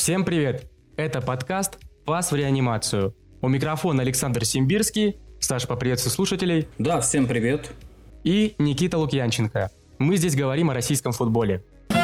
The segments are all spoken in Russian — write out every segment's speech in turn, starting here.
Всем привет! Это подкаст «Пас в реанимацию». У микрофона Александр Симбирский. Саша, поприветствуй слушателей. Да, всем привет. И Никита Лукьянченко. Мы здесь говорим о российском футболе.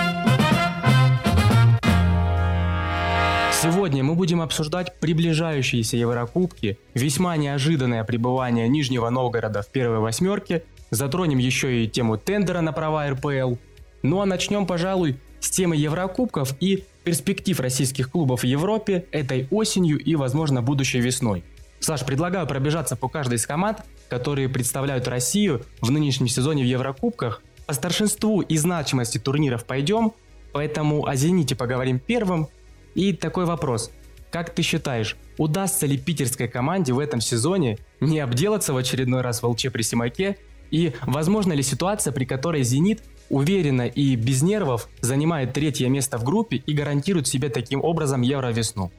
Сегодня мы будем обсуждать приближающиеся Еврокубки, весьма неожиданное пребывание Нижнего Новгорода в первой восьмерке, затронем еще и тему тендера на права РПЛ. Ну а начнем, пожалуй, с темы Еврокубков и перспектив российских клубов в Европе этой осенью и, возможно, будущей весной. Саш, предлагаю пробежаться по каждой из команд, которые представляют Россию в нынешнем сезоне в Еврокубках. По старшинству и значимости турниров пойдем, поэтому о «Зените» поговорим первым. И такой вопрос. Как ты считаешь, удастся ли питерской команде в этом сезоне не обделаться в очередной раз в ЛЧ-Пресимаке? И возможно ли ситуация, при которой «Зенит» уверенно и без нервов занимает третье место в группе и гарантирует себе таким образом Евровесну?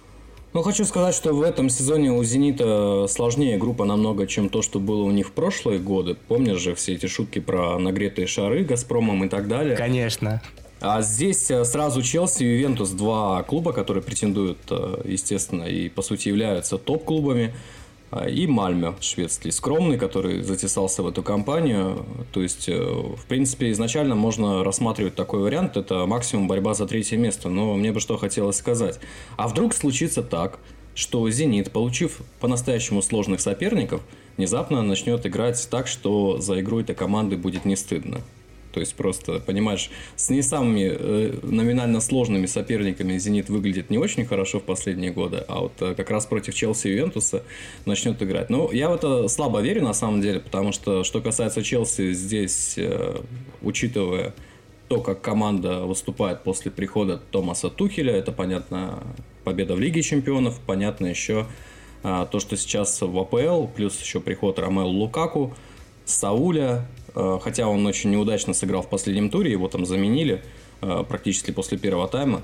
Ну, хочу сказать, что в этом сезоне у «Зенита» сложнее группа намного, чем то, что было у них в прошлые годы. Помнишь же все эти шутки про нагретые шары «Газпромом» и так далее? Конечно. А здесь сразу Челси и Ювентус, два клуба, которые претендуют, естественно, и по сути являются топ-клубами. И Мальме, шведский, скромный, который затесался в эту компанию. То есть, в принципе, изначально можно рассматривать такой вариант. Это максимум борьба за третье место. Но мне бы что хотелось сказать. А вдруг случится так, что «Зенит», получив по-настоящему сложных соперников, внезапно начнет играть так, что за игру этой команды будет не стыдно. То есть, просто, понимаешь, с не самыми номинально сложными соперниками «Зенит» выглядит не очень хорошо в последние годы, а вот как раз против Челси и Ювентуса начнет играть. Но я в это слабо верю, на самом деле, потому что касается Челси, здесь, учитывая то, как команда выступает после прихода Томаса Тухеля, это, понятно, победа в Лиге Чемпионов, понятно еще то, что сейчас в АПЛ, плюс еще приход Ромелу Лукаку, Сауля. Хотя он очень неудачно сыграл в последнем туре, его там заменили практически после первого тайма.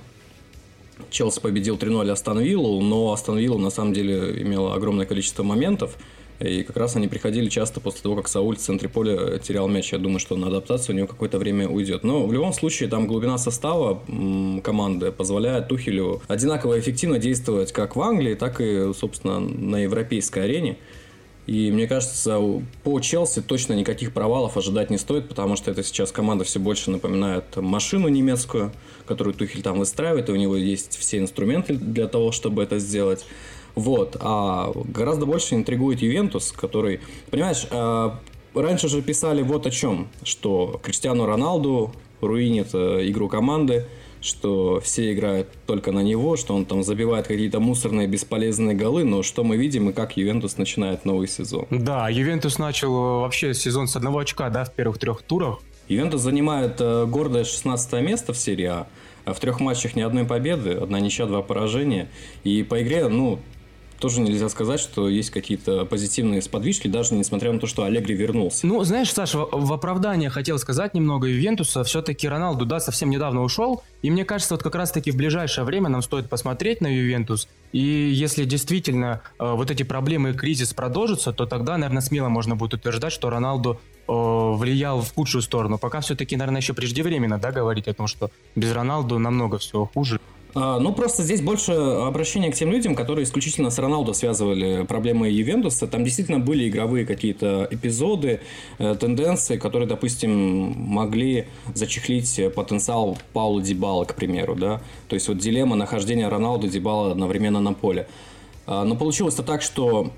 Челси победил 3-0 Астон Виллу, но Астон Вилла на самом деле имела огромное количество моментов. И как раз они приходили часто после того, как Сауль в центре поля терял мяч. Я думаю, что на адаптацию у него какое-то время уйдет. Но в любом случае там глубина состава команды позволяет Тухелю одинаково эффективно действовать как в Англии, так и, собственно, на европейской арене. И мне кажется, по Челси точно никаких провалов ожидать не стоит, потому что это сейчас команда все больше напоминает машину немецкую, которую Тухель там выстраивает, и у него есть все инструменты для того, чтобы это сделать. Вот. А гораздо больше интригует Ювентус, который, понимаешь, раньше же писали вот о чем, что Криштиану Роналду руинит игру команды, что все играют только на него, что он там забивает какие-то мусорные бесполезные голы, но что мы видим и как Ювентус начинает новый сезон. Да, Ювентус начал вообще сезон с 1 очка, да, в первых 3 турах. Ювентус занимает гордое 16 место в серии А. В 3 матчах ни одной победы, 1 ничья, 2 поражения. И по игре, тоже нельзя сказать, что есть какие-то позитивные сподвижки, даже несмотря на то, что Аллегри вернулся. Ну, знаешь, Саша, в оправдание хотел сказать немного Ювентуса. Все-таки Роналду, да, совсем недавно ушел. И мне кажется, вот как раз-таки в ближайшее время нам стоит посмотреть на Ювентус. И если действительно вот эти проблемы и кризис продолжатся, то тогда, наверное, смело можно будет утверждать, что Роналду влиял в худшую сторону. Пока все-таки, наверное, еще преждевременно, да, говорить о том, что без Роналду намного всего хуже. Просто здесь больше обращение к тем людям, которые исключительно с Роналдо связывали проблемы Ювентуса. Там действительно были игровые какие-то эпизоды, тенденции, которые, допустим, могли зачехлить потенциал Пауло Дибала, к примеру, да. То есть вот дилемма нахождения Роналдо, Дибала одновременно на поле. Но получилось-то так, что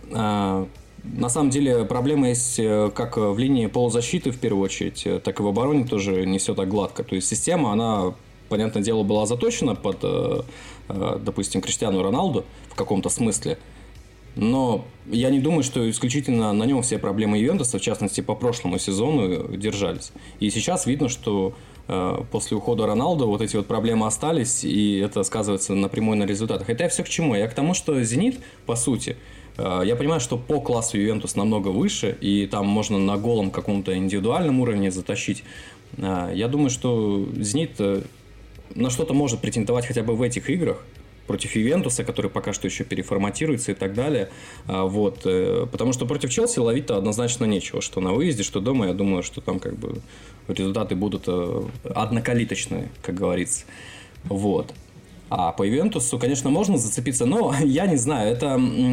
на самом деле проблема есть как в линии полузащиты в первую очередь, так и в обороне тоже не все так гладко. То есть система, она, понятное дело, была заточена под, допустим, Криштиану Роналду в каком-то смысле. Но я не думаю, что исключительно на нем все проблемы Ювентуса, в частности, по прошлому сезону, держались. И сейчас видно, что после ухода Роналду вот эти вот проблемы остались, и это сказывается напрямую на результатах. Это я все к чему? Я к тому, что «Зенит», по сути, я понимаю, что по классу Ювентус намного выше, и там можно на голом каком-то индивидуальном уровне затащить. Я думаю, что «Зенит» на что-то может претендовать хотя бы в этих играх против Ювентуса, который пока что еще переформатируется и так далее. Вот. Потому что против Челси ловить-то однозначно нечего. Что на выезде, что дома. Я думаю, что там как бы результаты будут однокалиточные, как говорится. Вот. А по Ювентусу, конечно, можно зацепиться, но я не знаю, это...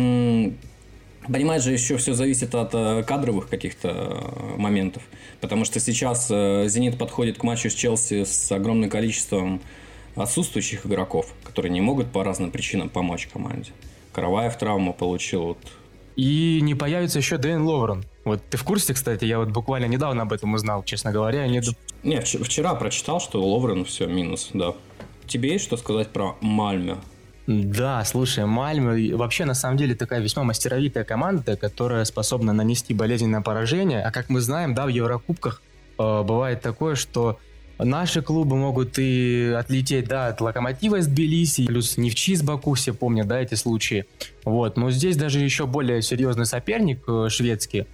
Понимаешь же, еще все зависит от кадровых каких-то моментов. Потому что сейчас «Зенит» подходит к матчу с «Челси» с огромным количеством отсутствующих игроков, которые не могут по разным причинам помочь команде. Караваев травму получил. Вот. И не появится еще Дэн Ловрен. Вот ты в курсе, кстати, я вот буквально недавно об этом узнал, честно говоря. Не, вчера прочитал, что Ловрен все, минус, да. Тебе есть что сказать про Мальме? Да, слушай, Мальме вообще на самом деле такая весьма мастеровитая команда, которая способна нанести болезненное поражение. А как мы знаем, да, в Еврокубках бывает такое, что наши клубы могут и отлететь, да, от Локомотива из Тбилиси, плюс Нефчи из Баку, все помнят, да, эти случаи. Вот, но здесь даже еще более серьезный соперник шведский.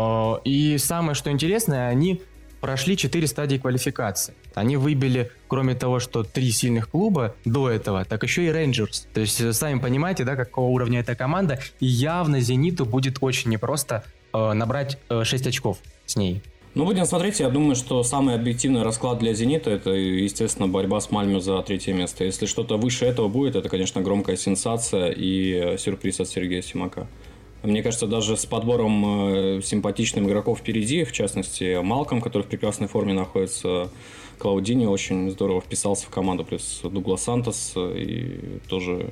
И самое, что интересное, они прошли 4 стадии квалификации. Они выбили, кроме того, что 3 сильных клуба до этого, так еще и Рейнджерс. То есть, сами понимаете, да, какого уровня эта команда. И явно «Зениту» будет очень непросто набрать 6 очков с ней. Ну, будем смотреть. Я думаю, что самый объективный расклад для «Зенита» – это, естественно, борьба с Мальме за 3-е место. Если что-то выше этого будет, это, конечно, громкая сенсация и сюрприз от Сергея Симака. Мне кажется, даже с подбором симпатичных игроков впереди, в частности, Малком, который в прекрасной форме находится, Клаудини очень здорово вписался в команду, плюс Дуглас Сантос, и тоже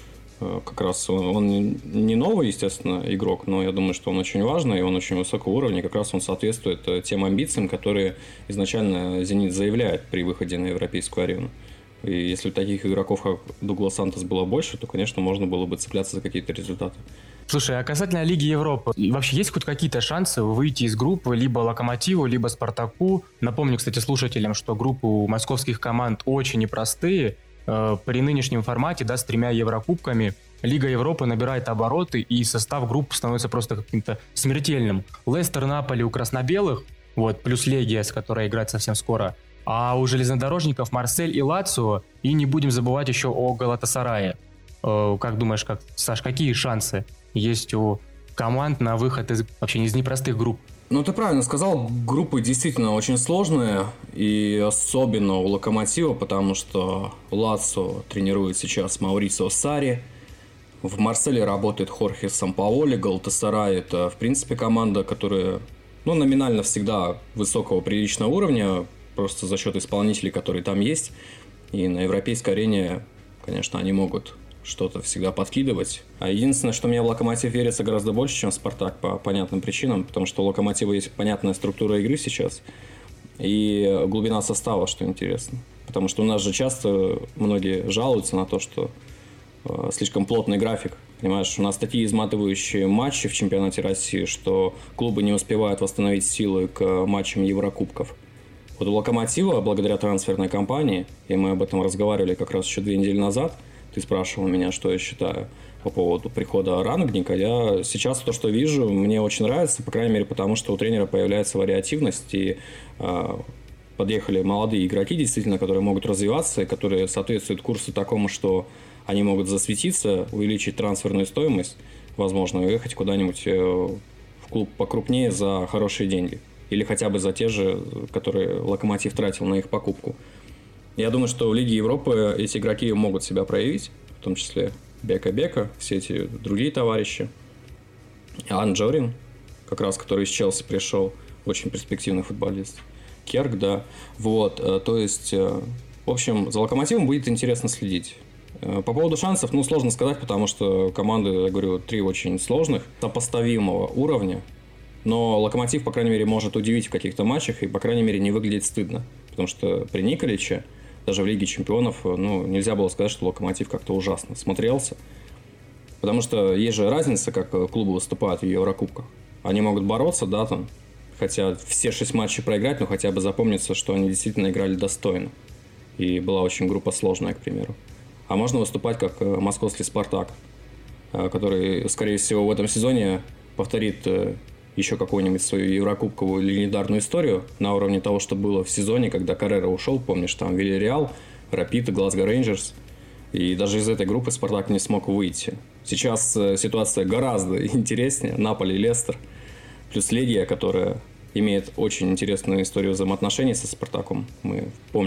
как раз он не новый, естественно, игрок, но я думаю, что он очень важный, и он очень высокого уровня, как раз он соответствует тем амбициям, которые изначально «Зенит» заявляет при выходе на европейскую арену. И если таких игроков, как Дуглас Сантос, было больше, то, конечно, можно было бы цепляться за какие-то результаты. Слушай, а касательно Лиги Европы, вообще есть хоть какие-то шансы выйти из группы либо Локомотиву, либо Спартаку? Напомню, кстати, слушателям, что группы у московских команд очень непростые. При нынешнем формате, да, с 3 Еврокубками, Лига Европы набирает обороты, и состав группы становится просто каким-то смертельным. Лестер, Наполи у красно-белых, вот, плюс Легия, с которой играть совсем скоро. А у железнодорожников Марсель и Лацио, и не будем забывать еще о Галатасарае. Как думаешь, Саш, какие шансы есть у команд на выход вообще из непростых групп? Ну, ты правильно сказал, группы действительно очень сложные, и особенно у Локомотива, потому что Лацио тренирует сейчас Маурицио Сарри, в Марселе работает Хорхе Сампаоли, Галатасарай – это, в принципе, команда, которая, ну, номинально всегда высокого приличного уровня, просто за счет исполнителей, которые там есть, и на европейской арене, конечно, они могут что-то всегда подкидывать. А единственное, что мне в «Локомотив» верится гораздо больше, чем в «Спартак», по понятным причинам, потому что у «Локомотива» есть понятная структура игры сейчас и глубина состава, что интересно. Потому что у нас же часто многие жалуются на то, что слишком плотный график. Понимаешь, у нас такие изматывающие матчи в чемпионате России, что клубы не успевают восстановить силы к матчам Еврокубков. Вот у «Локомотива», благодаря трансферной кампании, и мы об этом разговаривали как раз еще 2 недели назад, ты спрашивал меня, что я считаю по поводу прихода Рангника. Я сейчас то, что вижу, мне очень нравится, по крайней мере, потому что у тренера появляется вариативность, и подъехали молодые игроки, действительно, которые могут развиваться, и которые соответствуют курсу такому, что они могут засветиться, увеличить трансферную стоимость, возможно, уехать куда-нибудь в клуб покрупнее за хорошие деньги. Или хотя бы за те же, которые «Локомотив» тратил на их покупку. Я думаю, что в Лиге Европы эти игроки могут себя проявить, в том числе Бека, все эти другие товарищи. Анджорин, как раз который из Челси пришел, очень перспективный футболист. Керк, да. Вот, то есть, в общем, за «Локомотивом» будет интересно следить. По поводу шансов, ну, сложно сказать, потому что команды, я говорю, 3 очень сложных, сопоставимого уровня. Но «Локомотив», по крайней мере, может удивить в каких-то матчах и, по крайней мере, не выглядеть стыдно. Потому что при Николиче даже в Лиге Чемпионов, ну, нельзя было сказать, что «Локомотив» как-то ужасно смотрелся. Потому что есть же разница, как клубы выступают в Еврокубках. Они могут бороться, да, там, хотя все 6 матчей проиграть, но хотя бы запомнится, что они действительно играли достойно. И была очень группа сложная, к примеру. А можно выступать как московский «Спартак», который, скорее всего, в этом сезоне повторит еще какую-нибудь свою еврокубковую легендарную историю на уровне того, что было в сезоне, когда Каррера ушел, помнишь, там Вильяреал, Рапид, Глазго Рейнджерс. И даже из этой группы «Спартак» не смог выйти. Сейчас ситуация гораздо интереснее. Наполи, Лестер, плюс Легия, которая имеет очень интересную историю взаимоотношений со «Спартаком». Мы помним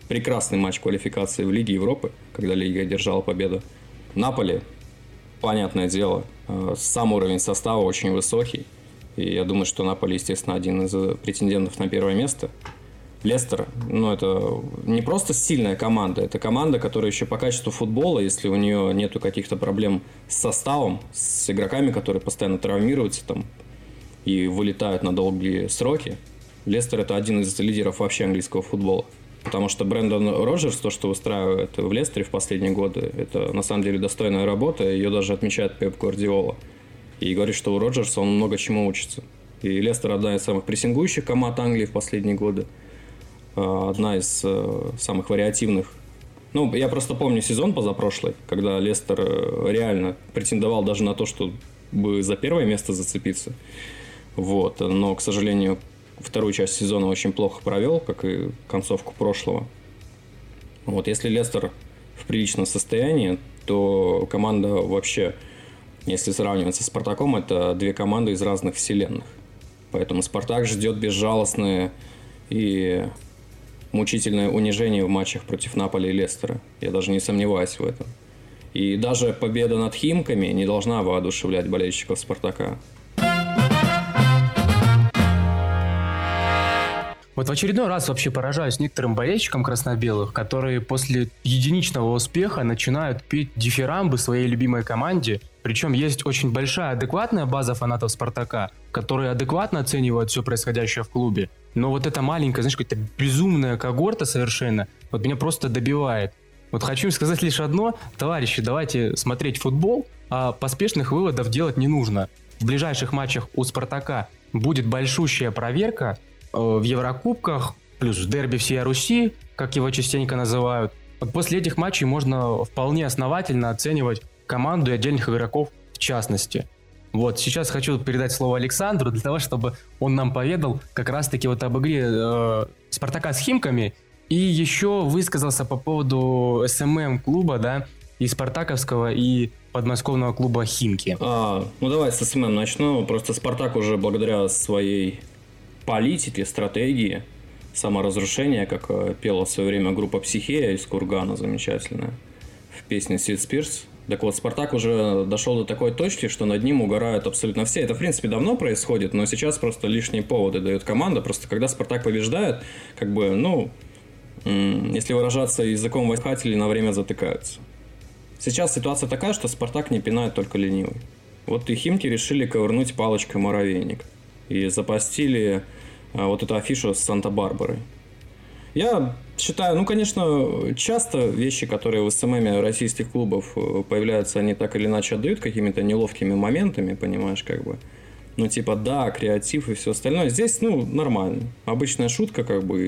прекрасный матч квалификации в Лиге Европы, когда Лига одержала победу. Наполи, понятное дело, сам уровень состава очень высокий. И я думаю, что Наполи, естественно, один из претендентов на первое место. Лестер, это не просто сильная команда, это команда, которая еще по качеству футбола, если у нее нету каких-то проблем с составом, с игроками, которые постоянно травмируются там и вылетают на долгие сроки. Лестер — это один из лидеров вообще английского футбола. Потому что Брэндон Роджерс, то, что устраивает в Лестере в последние годы, это на самом деле достойная работа, ее даже отмечает Пеп Гвардиола. И говорит, что у Роджерса он много чему учится. И Лестер одна из самых прессингующих команд Англии в последние годы. Одна из самых вариативных. Я просто помню сезон позапрошлый, когда Лестер реально претендовал даже на то, чтобы за первое место зацепиться. Но, к сожалению, вторую часть сезона очень плохо провел, как и концовку прошлого. Если Лестер в приличном состоянии, то команда вообще, если сравнивать со Спартаком, это две команды из разных вселенных. Поэтому Спартак ждет безжалостное и мучительное унижение в матчах против Наполи и Лестера. Я даже не сомневаюсь в этом. И даже победа над Химками не должна воодушевлять болельщиков Спартака. В очередной раз вообще поражаюсь некоторым болельщикам красно-белых, которые после единичного успеха начинают петь дифирамбы своей любимой команде. Причем есть очень большая адекватная база фанатов Спартака, которые адекватно оценивают все происходящее в клубе. Но эта маленькая, какая-то безумная когорта совершенно, меня просто добивает. Хочу им сказать лишь одно: товарищи, давайте смотреть футбол, а поспешных выводов делать не нужно. В ближайших матчах у Спартака будет большущая проверка в Еврокубках, плюс в дерби всей Руси, как его частенько называют. После этих матчей можно вполне основательно оценивать команду и отдельных игроков в частности. Сейчас хочу передать слово Александру для того, чтобы он нам поведал как раз-таки об игре Спартака с Химками и еще высказался по поводу СММ клуба, да, и спартаковского, и подмосковного клуба Химки. Давай с СММ начну. Просто Спартак уже благодаря своей политике, стратегии, саморазрушения, как пела в свое время группа «Психея» из Кургана, замечательная, в песне «Сид Спирс». Так Спартак уже дошел до такой точки, что над ним угорают абсолютно все. Это, в принципе, давно происходит, но сейчас просто лишние поводы дает команда. Просто когда Спартак побеждает, если выражаться языком войскателей, на время затыкаются. Сейчас ситуация такая, что Спартак не пинает только ленивый. И Химки решили ковырнуть палочкой муравейник. И запостили эту афишу с Санта-Барбарой. Я считаю, конечно, часто вещи, которые в СММе российских клубов появляются, они так или иначе отдают какими-то неловкими моментами, понимаешь, креатив и все остальное. Здесь, нормально. Обычная шутка,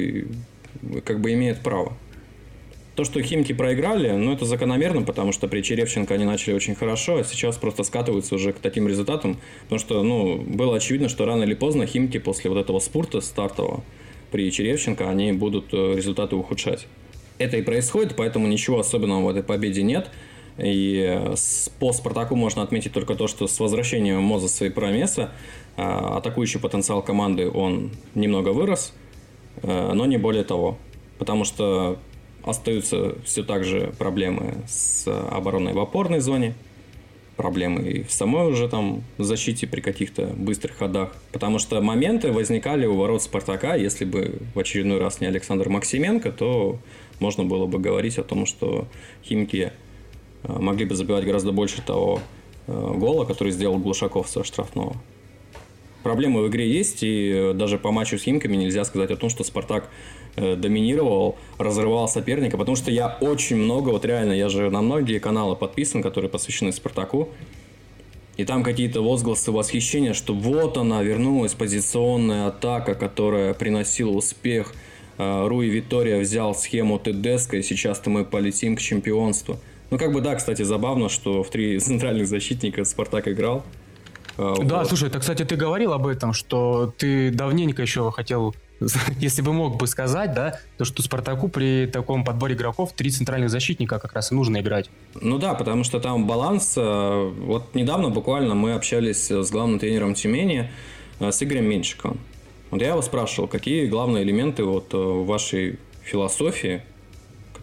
имеет право. То, что Химки проиграли, это закономерно, потому что при Черевченко они начали очень хорошо, а сейчас просто скатываются уже к таким результатам, потому что, было очевидно, что рано или поздно Химки после этого спурта стартового при Черевченко, они будут результаты ухудшать. Это и происходит, поэтому ничего особенного в этой победе нет. И по Спартаку можно отметить только то, что с возвращением Мозеса и Промеса атакующий потенциал команды, он немного вырос, но не более того. Потому что остаются все так же проблемы с обороной в опорной зоне, проблемы и в самой уже защите при каких-то быстрых ходах. Потому что моменты возникали у ворот Спартака. Если бы в очередной раз не Александр Максименко, то можно было бы говорить о том, что Химки могли бы забивать гораздо больше того гола, который сделал Глушаков со штрафного. Проблемы в игре есть, и даже по матчу с Химками нельзя сказать о том, что Спартак доминировал, разрывал соперника, потому что я очень много, реально, я же на многие каналы подписан, которые посвящены Спартаку, и там какие-то возгласы восхищения, что она вернулась, позиционная атака, которая приносила успех. Руи Витория взял схему Тедеско, и сейчас-то мы полетим к чемпионству. Да, кстати, забавно, что в 3 центральных защитника Спартак играл. Да, слушай, кстати, ты говорил об этом, что ты давненько еще хотел, если бы мог бы сказать, да, то что Спартаку при таком подборе игроков 3 центральных защитника как раз и нужно играть. Да, потому что там баланс. Недавно буквально мы общались с главным тренером Тюмени, с Игорем Меньшиковым. Я его спрашивал, какие главные элементы в вашей философии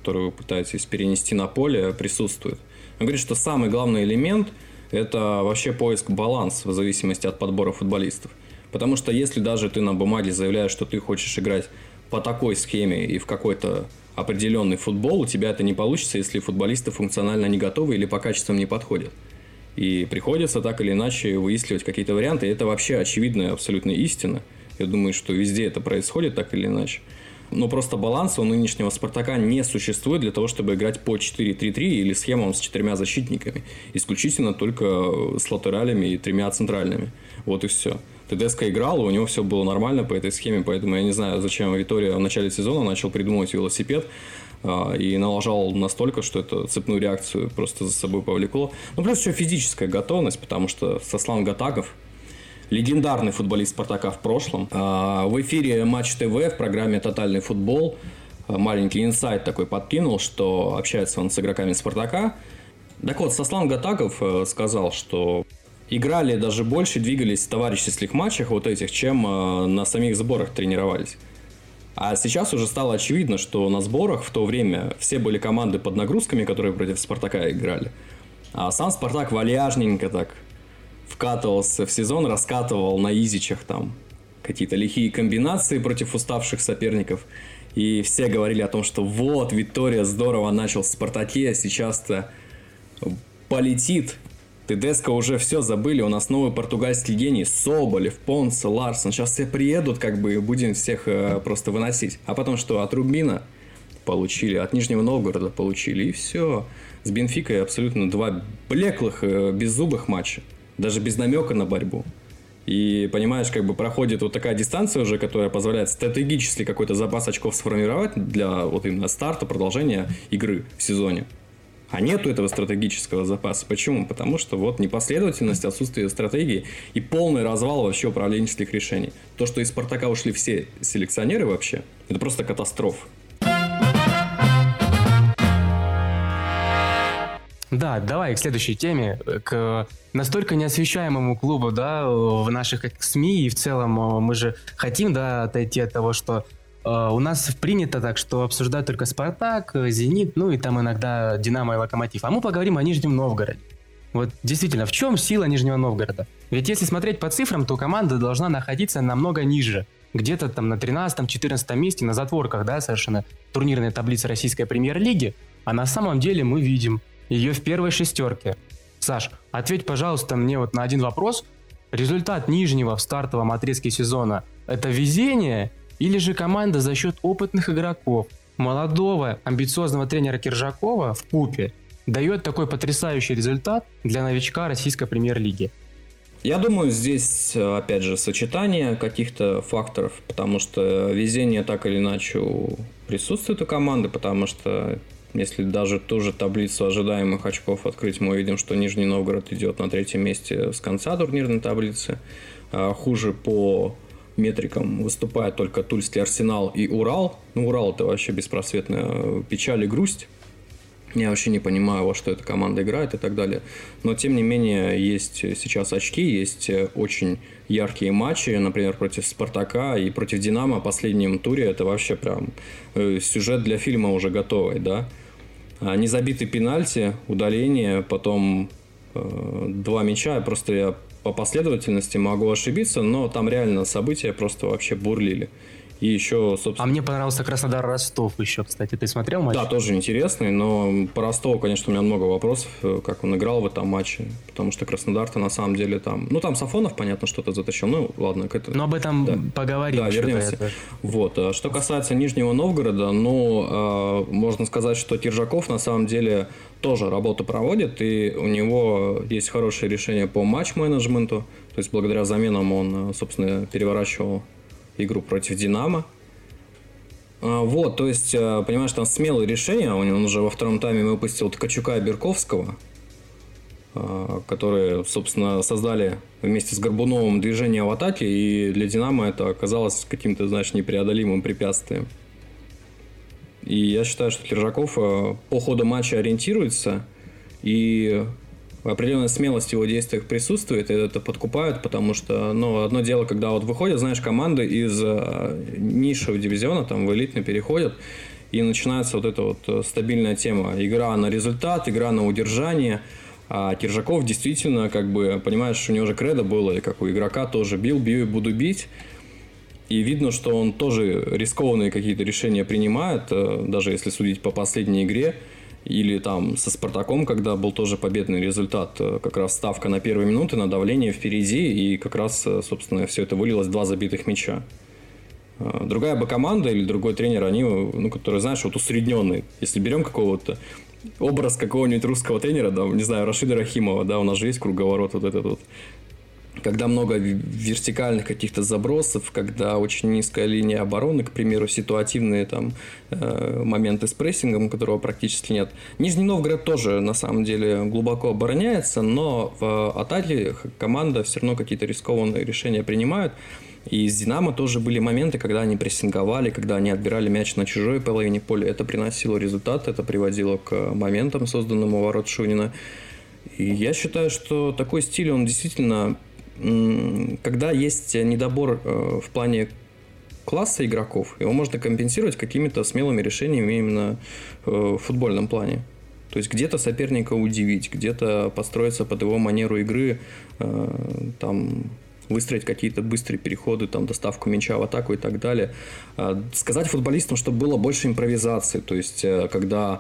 которую вы пытаетесь перенести на поле, присутствует. Он говорит, что самый главный элемент – это вообще поиск баланса в зависимости от подбора футболистов. Потому что если даже ты на бумаге заявляешь, что ты хочешь играть по такой схеме и в какой-то определенный футбол, у тебя это не получится, если футболисты функционально не готовы или по качествам не подходят. И приходится так или иначе выискивать какие-то варианты. И это вообще очевидная абсолютно истина. Я думаю, что везде это происходит так или иначе. Но просто баланса у нынешнего «Спартака» не существует для того, чтобы играть по 4-3-3 или схемам с 4 защитниками. Исключительно только с латералями и 3 центральными. Вот и все. ТДСК играл, у него все было нормально по этой схеме, поэтому я не знаю, зачем Витория в начале сезона начал придумывать велосипед и налажал настолько, что это цепную реакцию просто за собой повлекло. Ну, плюс еще физическая готовность, потому что Сослан Гатагов, легендарный футболист «Спартака» в прошлом, в эфире Матч ТВ в программе «Тотальный футбол» маленький инсайт такой подкинул, что общается он с игроками «Спартака». Так вот, Сослан Гатагов сказал, что играли даже больше, двигались в товарищеских матчах вот этих, чем на самих сборах тренировались. А сейчас уже стало очевидно, что на сборах в то время все были команды под нагрузками, которые против «Спартака» играли. А сам «Спартак» вальяжненько так вкатывался в сезон, раскатывал на изичах там какие-то лихие комбинации против уставших соперников. И все говорили о том, что вот, Витория здорово начал в «Спартаке», сейчас-то полетит. ТДСК уже все забыли, у нас новый португальский гений, Соболев, Понце, Ларсон. Сейчас все приедут, как бы, и будем всех просто выносить. А потом что, от Рубина получили, от Нижнего Новгорода получили, и все. С Бенфикой абсолютно 2 блеклых, беззубых матча. Даже без намека на борьбу. И, понимаешь, как бы проходит вот такая дистанция уже, которая позволяет стратегически какой-то запас очков сформировать для вот именно старта, продолжения игры в сезоне. А нету этого стратегического запаса. Почему? Потому что вот непоследовательность, отсутствие стратегии и полный развал вообще управленческих решений. То, что из «Спартака» ушли все селекционеры вообще, это просто катастрофа. Да, давай к следующей теме, к настолько неосвещаемому клубу, да, в наших СМИ, и в целом мы же хотим, да, отойти от того, что у нас принято так, что обсуждают только «Спартак», «Зенит», ну и там иногда «Динамо» и «Локомотив». А мы поговорим о Нижнем Новгороде. Вот действительно, в чем сила Нижнего Новгорода? Ведь если смотреть по цифрам, то команда должна находиться намного ниже. Где-то там на 13-14 месте, на затворках, да, совершенно турнирной таблицы российской премьер-лиги. А на самом деле мы видим ее в первой 6. Саш, ответь, пожалуйста, мне вот на один вопрос. Результат Нижнего в стартовом отрезке сезона – это везение или же команда за счет опытных игроков, молодого, амбициозного тренера Киржакова вкупе дает такой потрясающий результат для новичка российской премьер-лиги? Я думаю, здесь, опять же, сочетание каких-то факторов, потому что везение так или иначе присутствует у команды, потому что если даже ту же таблицу ожидаемых очков открыть, мы увидим, что Нижний Новгород идет на 3-м месте с конца турнирной таблицы. Хуже по метрикам выступает только Тульский Арсенал и Урал. Ну, Урал – это вообще беспросветная печаль и грусть. Я вообще не понимаю, во что эта команда играет и так далее. Но, тем не менее, есть сейчас очки, есть очень яркие матчи, например, против «Спартака» и против «Динамо» в последнем туре. Это вообще прям сюжет для фильма уже готовый, да. Незабитый пенальти, удаление, потом 2 мяча. Просто я по последовательности могу ошибиться, но там реально события просто вообще бурлили. И еще, собственно... А мне понравился Краснодар-Ростов еще, кстати. Ты смотрел матч? Да, тоже интересный, но по Ростову, конечно, у меня много вопросов, как он играл в этом матче, потому что Краснодар-то на самом деле там... Ну, там Сафонов, понятно, что-то затащил, ну, ладно. Но об этом поговорим. Да, вернемся. Вот. Что касается Нижнего Новгорода, ну, можно сказать, что Киржаков на самом деле тоже работу проводит, и у него есть хорошее решение по матч-менеджменту, то есть благодаря заменам он, собственно, переворачивал игру против «Динамо». Вот, то есть, понимаешь, там смелые решения. Он уже во втором тайме выпустил Ткачука и Берковского, которые, собственно, создали вместе с Горбуновым движение в атаке, и для «Динамо» это оказалось каким-то, знаешь, непреодолимым препятствием. И я считаю, что Киржаков по ходу матча ориентируется, и определенная смелость в его действиях присутствует, и это подкупают, потому что, ну, одно дело, когда вот выходят, знаешь, команды из низшего дивизиона, там, в элитный переходят, и начинается вот эта вот стабильная тема. Игра на результат, игра на удержание. А Киржаков действительно, как бы, понимаешь, у него же кредо было, и как у игрока тоже бью и буду бить. И видно, что он тоже рискованные какие-то решения принимает, даже если судить по последней игре. Или там со Спартаком, когда был тоже победный результат, как раз ставка на первые минуты, на давление впереди, и как раз, собственно, все это вылилось в 2 забитых мяча. Другая бы команда или другой тренер, они, ну, которые, знаешь, вот усредненные. Если берем какого-то образ какого-нибудь русского тренера, да, не знаю, Рашида Рахимова, да, у нас же есть круговорот вот этот вот. Когда много вертикальных каких-то забросов, когда очень низкая линия обороны, к примеру, ситуативные там моменты с прессингом, которого практически нет. Нижний Новгород тоже, на самом деле, глубоко обороняется, но в атаке команда все равно какие-то рискованные решения принимает. И с «Динамо» тоже были моменты, когда они прессинговали, когда они отбирали мяч на чужой половине поля. Это приносило результат, это приводило к моментам, созданным у ворот Шунина. И я считаю, что такой стиль, он действительно... Когда есть недобор в плане класса игроков, его можно компенсировать какими-то смелыми решениями именно в футбольном плане. То есть где-то соперника удивить, где-то подстроиться под его манеру игры, там, выстроить какие-то быстрые переходы, там, доставку мяча в атаку и так далее. Сказать футболистам, чтобы было больше импровизации. То есть когда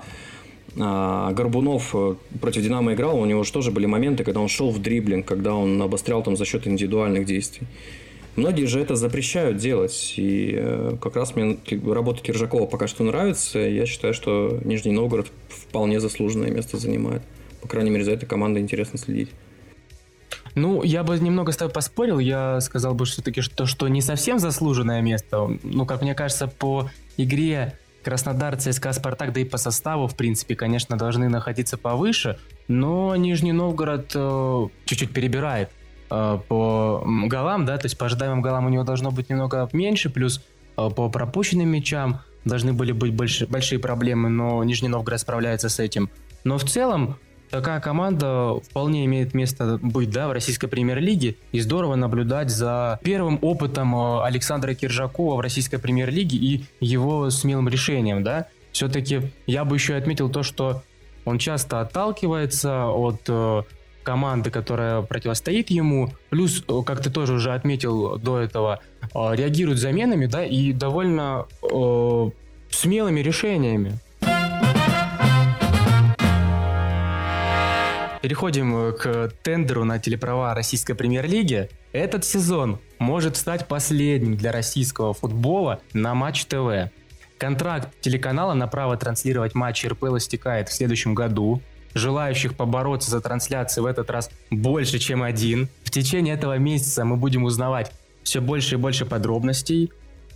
Горбунов против «Динамо» играл, у него же тоже были моменты, когда он шел в дриблинг, когда он обострял там за счет индивидуальных действий. Многие же это запрещают делать, и как раз мне работа Киржакова пока что нравится. Я считаю, что Нижний Новгород вполне заслуженное место занимает. По крайней мере, за этой командой интересно следить. Ну, я бы немного с тобой поспорил. Я сказал бы все-таки, что не совсем заслуженное место. Ну, как мне кажется, по игре Краснодар, ЦСКА, Спартак, да и по составу, в принципе, конечно, должны находиться повыше, но Нижний Новгород чуть-чуть перебирает по голам, да, то есть по ожидаемым голам у него должно быть немного меньше, плюс по пропущенным мячам должны были быть большие проблемы, но Нижний Новгород справляется с этим. Но в целом такая команда вполне имеет место быть, да, в российской премьер-лиге, и здорово наблюдать за первым опытом Александра Киржакова в российской премьер-лиге и его смелым решением, да. Все-таки я бы еще отметил то, что он часто отталкивается от команды, которая противостоит ему, плюс, как ты тоже уже отметил до этого, реагирует заменами, да, и довольно смелыми решениями. Переходим к тендеру на телеправа российской премьер-лиги. Этот сезон может стать последним для российского футбола на Матч ТВ. Контракт телеканала на право транслировать матчи РПЛ истекает в следующем году. Желающих побороться за трансляции в этот раз больше, чем один. В течение этого месяца мы будем узнавать все больше и больше подробностей.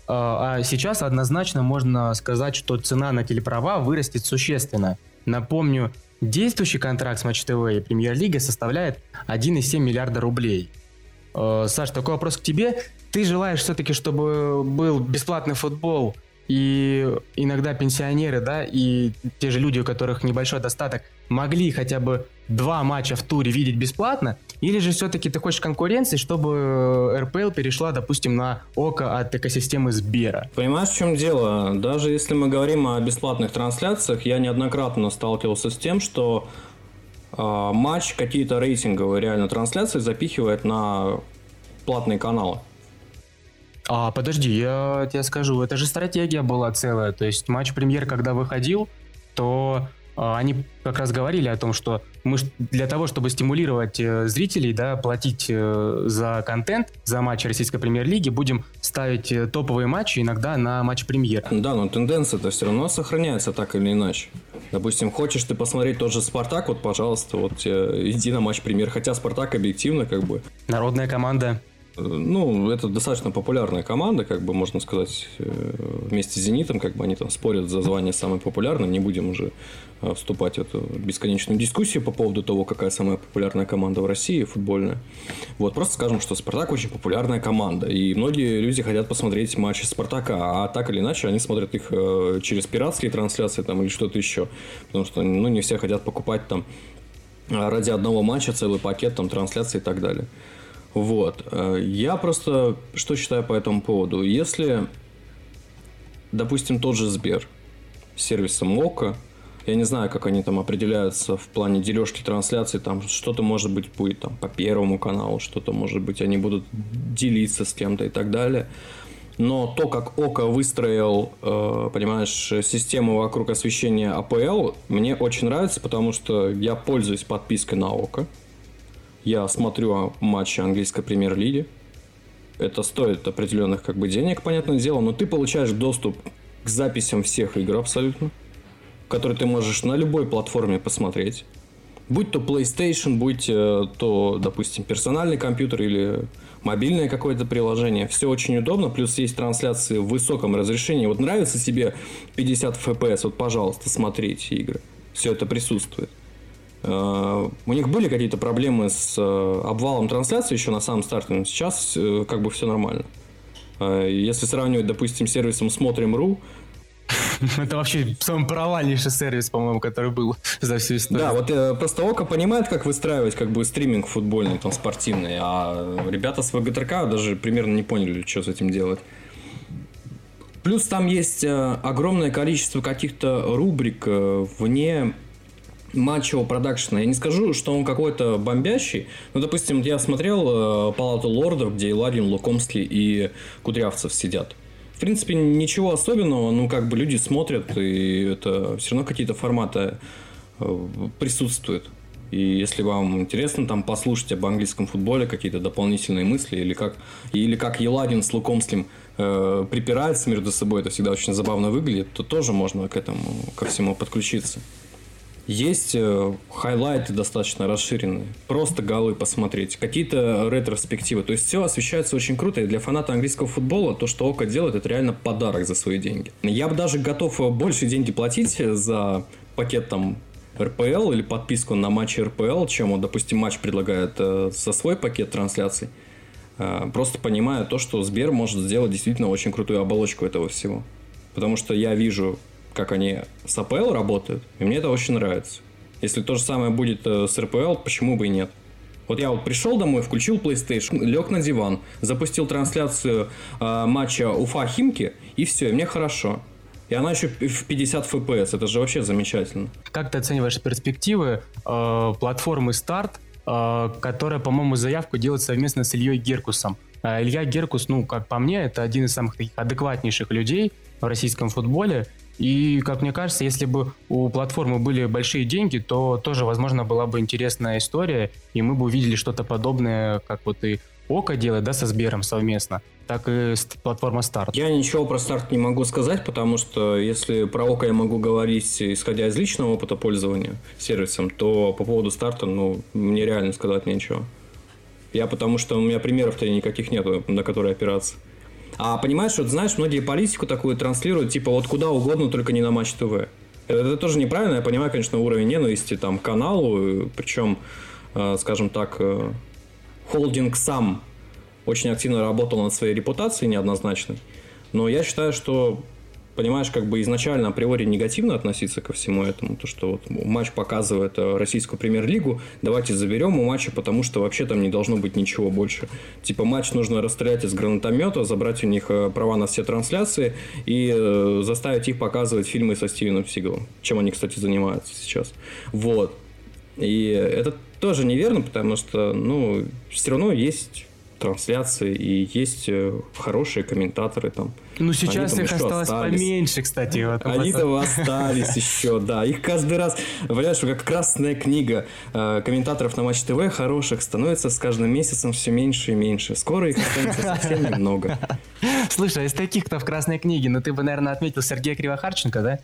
А сейчас однозначно можно сказать, что цена на телеправа вырастет существенно. Напомню, действующий контракт с Матч ТВ и Премьер-лига составляет 1,7 миллиарда рублей. Саш, такой вопрос к тебе. Ты желаешь все-таки, чтобы был бесплатный футбол, и иногда пенсионеры, да, и те же люди, у которых небольшой достаток, могли хотя бы 2 матча в туре видеть бесплатно? Или же все-таки ты хочешь конкуренции, чтобы РПЛ перешла, допустим, на око от экосистемы Сбера? Понимаешь, в чем дело? Даже если мы говорим о бесплатных трансляциях, я неоднократно сталкивался с тем, что матч какие-то рейтинговые реально трансляции запихивает на платные каналы. Подожди, я тебе скажу, это же стратегия была целая. То есть матч премьер, когда выходил, то они как раз говорили о том, что мы для того, чтобы стимулировать зрителей, да, платить за контент, за матчи российской премьер-лиги, будем ставить топовые матчи иногда на матч премьер. Да, но тенденция-то все равно сохраняется так или иначе. Допустим, хочешь ты посмотреть тот же «Спартак», вот, пожалуйста, вот иди на матч премьер. Хотя «Спартак» объективно как бы... Народная команда. Ну, это достаточно популярная команда, как бы можно сказать, вместе с «Зенитом», как бы они там спорят за звание самой популярной, не будем уже вступать в эту бесконечную дискуссию по поводу того, какая самая популярная команда в России футбольная. Вот, просто скажем, что «Спартак» очень популярная команда, и многие люди хотят посмотреть матчи «Спартака», а так или иначе они смотрят их через пиратские трансляции там или что-то еще, потому что, ну, не все хотят покупать там ради одного матча целый пакет там трансляций и так далее. Вот. Я просто что считаю по этому поводу. Если, допустим, тот же Сбер сервисом ОКО. Я не знаю, как они там определяются в плане дележки трансляций. Там что-то, может быть, будет там, по Первому каналу, что-то, может быть, они будут делиться с кем-то и так далее. Но то, как ОКО выстроил, понимаешь, систему вокруг освещения АПЛ, мне очень нравится, потому что я пользуюсь подпиской на ОКО. Я смотрю матчи английской премьер-лиги. Это стоит определенных как бы денег, понятное дело, но ты получаешь доступ к записям всех игр абсолютно, которые ты можешь на любой платформе посмотреть. Будь то PlayStation, будь то, допустим, персональный компьютер или мобильное какое-то приложение. Все очень удобно, плюс есть трансляции в высоком разрешении. Вот нравится тебе 50 FPS, вот, пожалуйста, смотрите игры. Все это присутствует. У них были какие-то проблемы с обвалом трансляции еще на самом старте, но сейчас как бы все нормально. Если сравнивать, допустим, с сервисом Смотрим.ру, это вообще самый провальнейший сервис, по-моему, который был за всю историю. Да, вот просто ОКО понимает, как выстраивать как бы стриминг футбольный, там, спортивный, а ребята с ВГТРК даже примерно не поняли, что с этим делать. Плюс там есть огромное количество каких-то рубрик вне матчевого продакшена. Я не скажу, что он какой-то бомбящий. Ну, допустим, я смотрел «Палату лордов», где Елагин, Лукомский и Кудрявцев сидят. В принципе, ничего особенного, ну, как бы люди смотрят, и это все равно какие-то форматы присутствуют. И если вам интересно там послушать об английском футболе, какие-то дополнительные мысли, или как Елагин с Лукомским припираются между собой, это всегда очень забавно выглядит, то тоже можно ко всему подключиться. Есть хайлайты достаточно расширенные. Просто голы посмотреть. Какие-то ретроспективы. То есть все освещается очень круто. И для фаната английского футбола то, что ОКО делает, это реально подарок за свои деньги. Я бы даже готов больше деньги платить за пакет там РПЛ или подписку на матчи РПЛ, чем, вот, допустим, матч предлагает со свой пакет трансляций. Просто понимая то, что Сбер может сделать действительно очень крутую оболочку этого всего. Потому что я вижу, как они с АПЛ работают, и мне это очень нравится. Если то же самое будет с РПЛ, почему бы и нет? Вот я вот пришел домой, включил PlayStation, лег на диван, запустил трансляцию матча Уфа-Химки, и все, и мне хорошо. И она еще в 50 FPS, это же вообще замечательно. Как ты оцениваешь перспективы платформы «Старт», которая, по-моему, заявку делает совместно с Ильей Геркусом? Илья Геркус, ну, как по мне, это один из самых таких адекватнейших людей в российском футболе. И, как мне кажется, если бы у платформы были большие деньги, то тоже, возможно, была бы интересная история, и мы бы увидели что-то подобное, как вот и ОКО делает, да, со Сбером совместно, так и платформа «Старт». Я ничего про «Старт не могу сказать, потому что если про ОКО я могу говорить, исходя из личного опыта пользования сервисом, то по поводу «Старта, ну, мне реально сказать нечего. Потому что у меня примеров-то никаких нету, на которые опираться. А понимаешь, вот знаешь, многие политику такую транслируют, типа вот куда угодно, только не на Матч ТВ. Это тоже неправильно, я понимаю, конечно, уровень ненависти там к каналу, причем, скажем так, холдинг сам очень активно работал над своей репутацией неоднозначной. Но я считаю, что, понимаешь, как бы изначально априори негативно относиться ко всему этому, то, что вот матч показывает российскую премьер-лигу, давайте заберем у матча, потому что вообще там не должно быть ничего больше. Типа матч нужно расстрелять из гранатомета, забрать у них права на все трансляции и заставить их показывать фильмы со Стивеном Сигалом, чем они, кстати, занимаются сейчас. Вот. И это тоже неверно, потому что, ну, все равно есть трансляции и есть хорошие комментаторы там. Ну, сейчас их осталось поменьше, кстати. Вот, они-то остались еще, да. Их каждый раз, понимаешь, как красная книга комментаторов на Матч ТВ хороших становится с каждым месяцем все меньше и меньше. Скоро их останется совсем немного. Слушай, из таких-то в красной книге, ну ты бы, наверное, отметил Сергея Кривохарченко, да?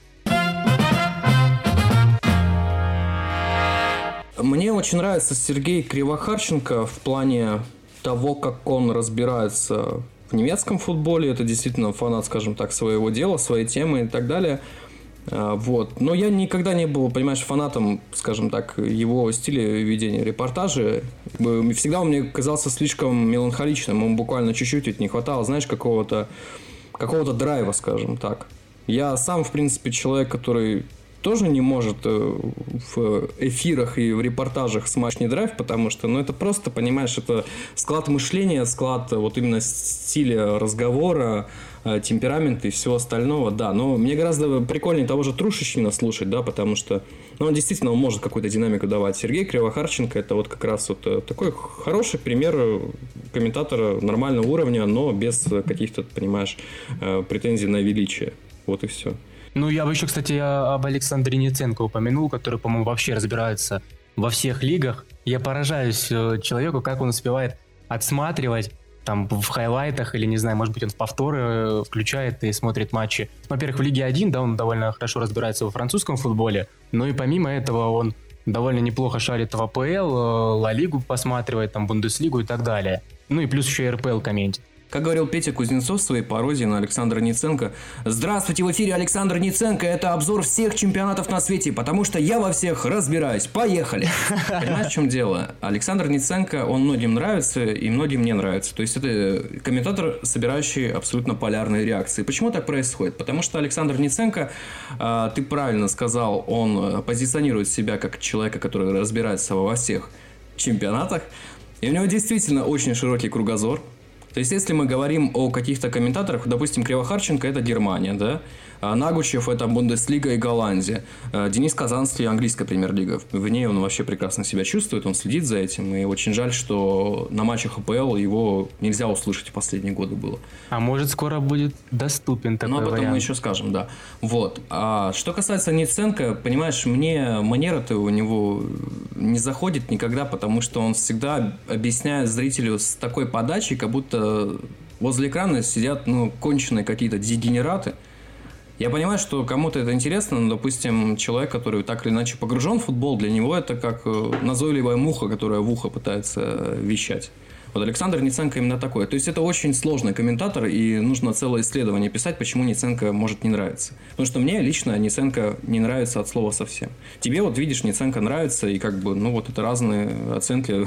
Мне очень нравится Сергей Кривохарченко в плане того, как он разбирается в немецком футболе. Это действительно фанат, скажем так, своего дела, своей темы и так далее. Вот. Но я никогда не был, понимаешь, фанатом, скажем так, его стиля ведения репортажа. Всегда он мне казался слишком меланхоличным. Ему буквально чуть-чуть ведь не хватало, знаешь, какого-то драйва, скажем так. Я сам, в принципе, человек, который тоже не может в эфирах и в репортажах с Матч Не Драйв, потому что, ну, это просто, понимаешь, это склад мышления, склад вот именно стиля разговора, темперамента и всего остального, да. Но мне гораздо прикольнее того же Трушечнина слушать, да, потому что, ну, он действительно может какую-то динамику давать. Сергей Кривохарченко — это вот как раз вот такой хороший пример комментатора нормального уровня, но без каких-то, понимаешь, претензий на величие. Вот и все. Ну, я бы еще, кстати, об Александре Ниценко упомянул, который, по-моему, вообще разбирается во всех лигах. Я поражаюсь человеку, как он успевает отсматривать там в хайлайтах или, не знаю, может быть, он в повторы включает и смотрит матчи. Во-первых, в Лиге 1, да, он довольно хорошо разбирается во французском футболе, но и помимо этого он довольно неплохо шарит в АПЛ, Ла Лигу посматривает, там, Бундеслигу и так далее. Ну и плюс еще и РПЛ комментит. Как говорил Петя Кузнецов в своей пародии на Александра Ниценко: «Здравствуйте, в эфире Александр Ниценко, это обзор всех чемпионатов на свете, потому что я во всех разбираюсь, поехали!» Понимаешь, в чем дело? Александр Ниценко, он многим нравится и многим не нравится. То есть это комментатор, собирающий абсолютно полярные реакции. Почему так происходит? Потому что Александр Ниценко, ты правильно сказал, он позиционирует себя как человека, который разбирается во всех чемпионатах, и у него действительно очень широкий кругозор. То есть, если мы говорим о каких-то комментаторах, допустим, Кривохарченко – это Германия, да? Нагучев – это Бундеслига и Голландия. Денис Казанский – английская премьер-лига. В ней он вообще прекрасно себя чувствует, он следит за этим. И очень жаль, что на матчах АПЛ его нельзя услышать в последние годы было. А может, скоро будет доступен такой вариант. Ну, об этом мы еще скажем, да. Вот. А что касается Ниценко, понимаешь, мне манера-то у него не заходит никогда, потому что он всегда объясняет зрителю с такой подачей, как будто возле экрана сидят, ну, конченые какие-то дегенераты. Я понимаю, что кому-то это интересно, но, допустим, человек, который так или иначе погружен в футбол, для него это как назойливая муха, которая в ухо пытается вещать. Вот Александр Ниценко именно такой. То есть это очень сложный комментатор, и нужно целое исследование писать, почему Ниценко может не нравиться. Потому что мне лично Ниценко не нравится от слова совсем. Тебе вот видишь, Ниценко нравится, и как бы, ну вот это разные оценки.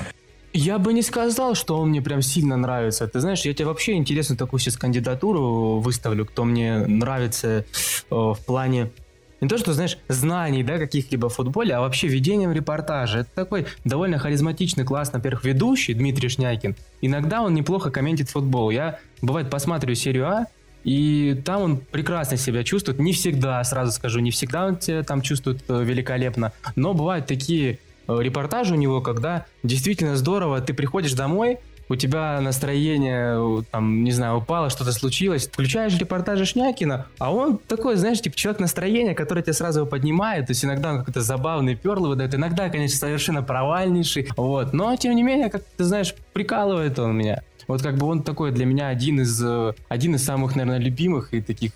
Я бы не сказал, что он мне прям сильно нравится. Ты знаешь, я тебе вообще интересную такую сейчас кандидатуру выставлю, кто мне нравится в плане не то, что, знаешь, знаний, да, каких-либо в футболе, а вообще ведением репортажа. Это такой довольно харизматичный, классный, во-первых, ведущий Дмитрий Шнякин. Иногда он неплохо комментит футбол. Я, бывает, посматриваю серию А, и там он прекрасно себя чувствует. Не всегда, сразу скажу, не всегда он себя там чувствует великолепно, но бывают такие репортажи у него, когда действительно здорово, ты приходишь домой, у тебя настроение, там, не знаю, упало, что-то случилось, включаешь репортажи Шнякина, а он такой, знаешь, типа человек настроения, который тебя сразу поднимает, то есть иногда он какой-то забавный перлы выдает, иногда, конечно, совершенно провальнейший, вот, но, тем не менее, как ты знаешь, прикалывает он меня. Вот как бы он такой для меня один из самых, наверное, любимых и таких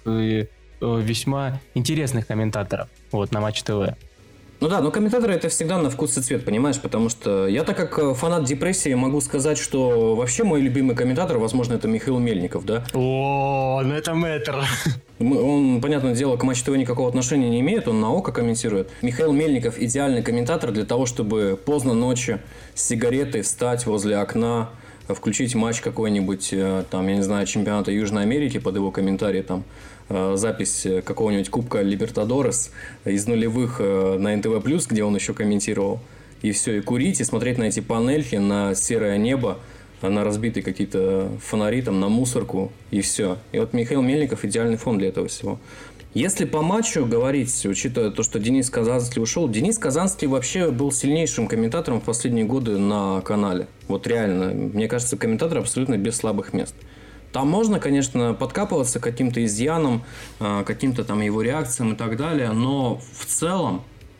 весьма интересных комментаторов, вот, на Матч ТВ. Ну да, но комментаторы это всегда на вкус и цвет, понимаешь, потому что я так как фанат депрессии могу сказать, что вообще мой любимый комментатор, возможно, это Михаил Мельников, да? О, ну это мэтр. Он, понятное дело, к Матч ТВ никакого отношения не имеет, он на око комментирует. Михаил Мельников идеальный комментатор для того, чтобы поздно ночью с сигаретой встать возле окна, включить матч какой-нибудь, там, я не знаю, чемпионата Южной Америки под его комментарий, там, запись какого-нибудь Кубка Либертадорес из нулевых на НТВ+, где он еще комментировал. И все, и курить, и смотреть на эти панельки, на серое небо, на разбитые какие-то фонари, там, на мусорку, и все. И вот Михаил Мельников идеальный фон для этого всего. Если по матчу говорить, учитывая то, что Денис Казанский ушел, Денис Казанский вообще был сильнейшим комментатором в последние годы на канале. Вот реально, мне кажется, комментатор абсолютно без слабых мест. Там можно, конечно, подкапываться к каким-то изъянам, каким-то там его реакциям и так далее, но в целом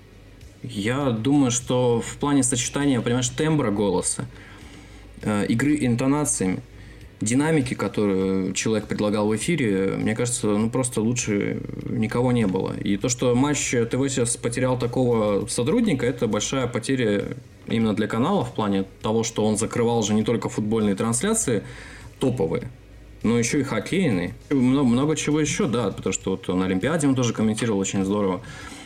я думаю, что в плане сочетания, понимаешь, тембра голоса, игры интонациями, динамики, которую человек предлагал в эфире, мне кажется, ну просто лучше никого не было. И то, что Матч ТВ сейчас потерял такого сотрудника, это большая потеря именно для канала в плане того, что он закрывал же не только футбольные трансляции топовые, но еще и хоккейные. Много чего еще, да, потому что вот на Олимпиаде он тоже комментировал очень здорово.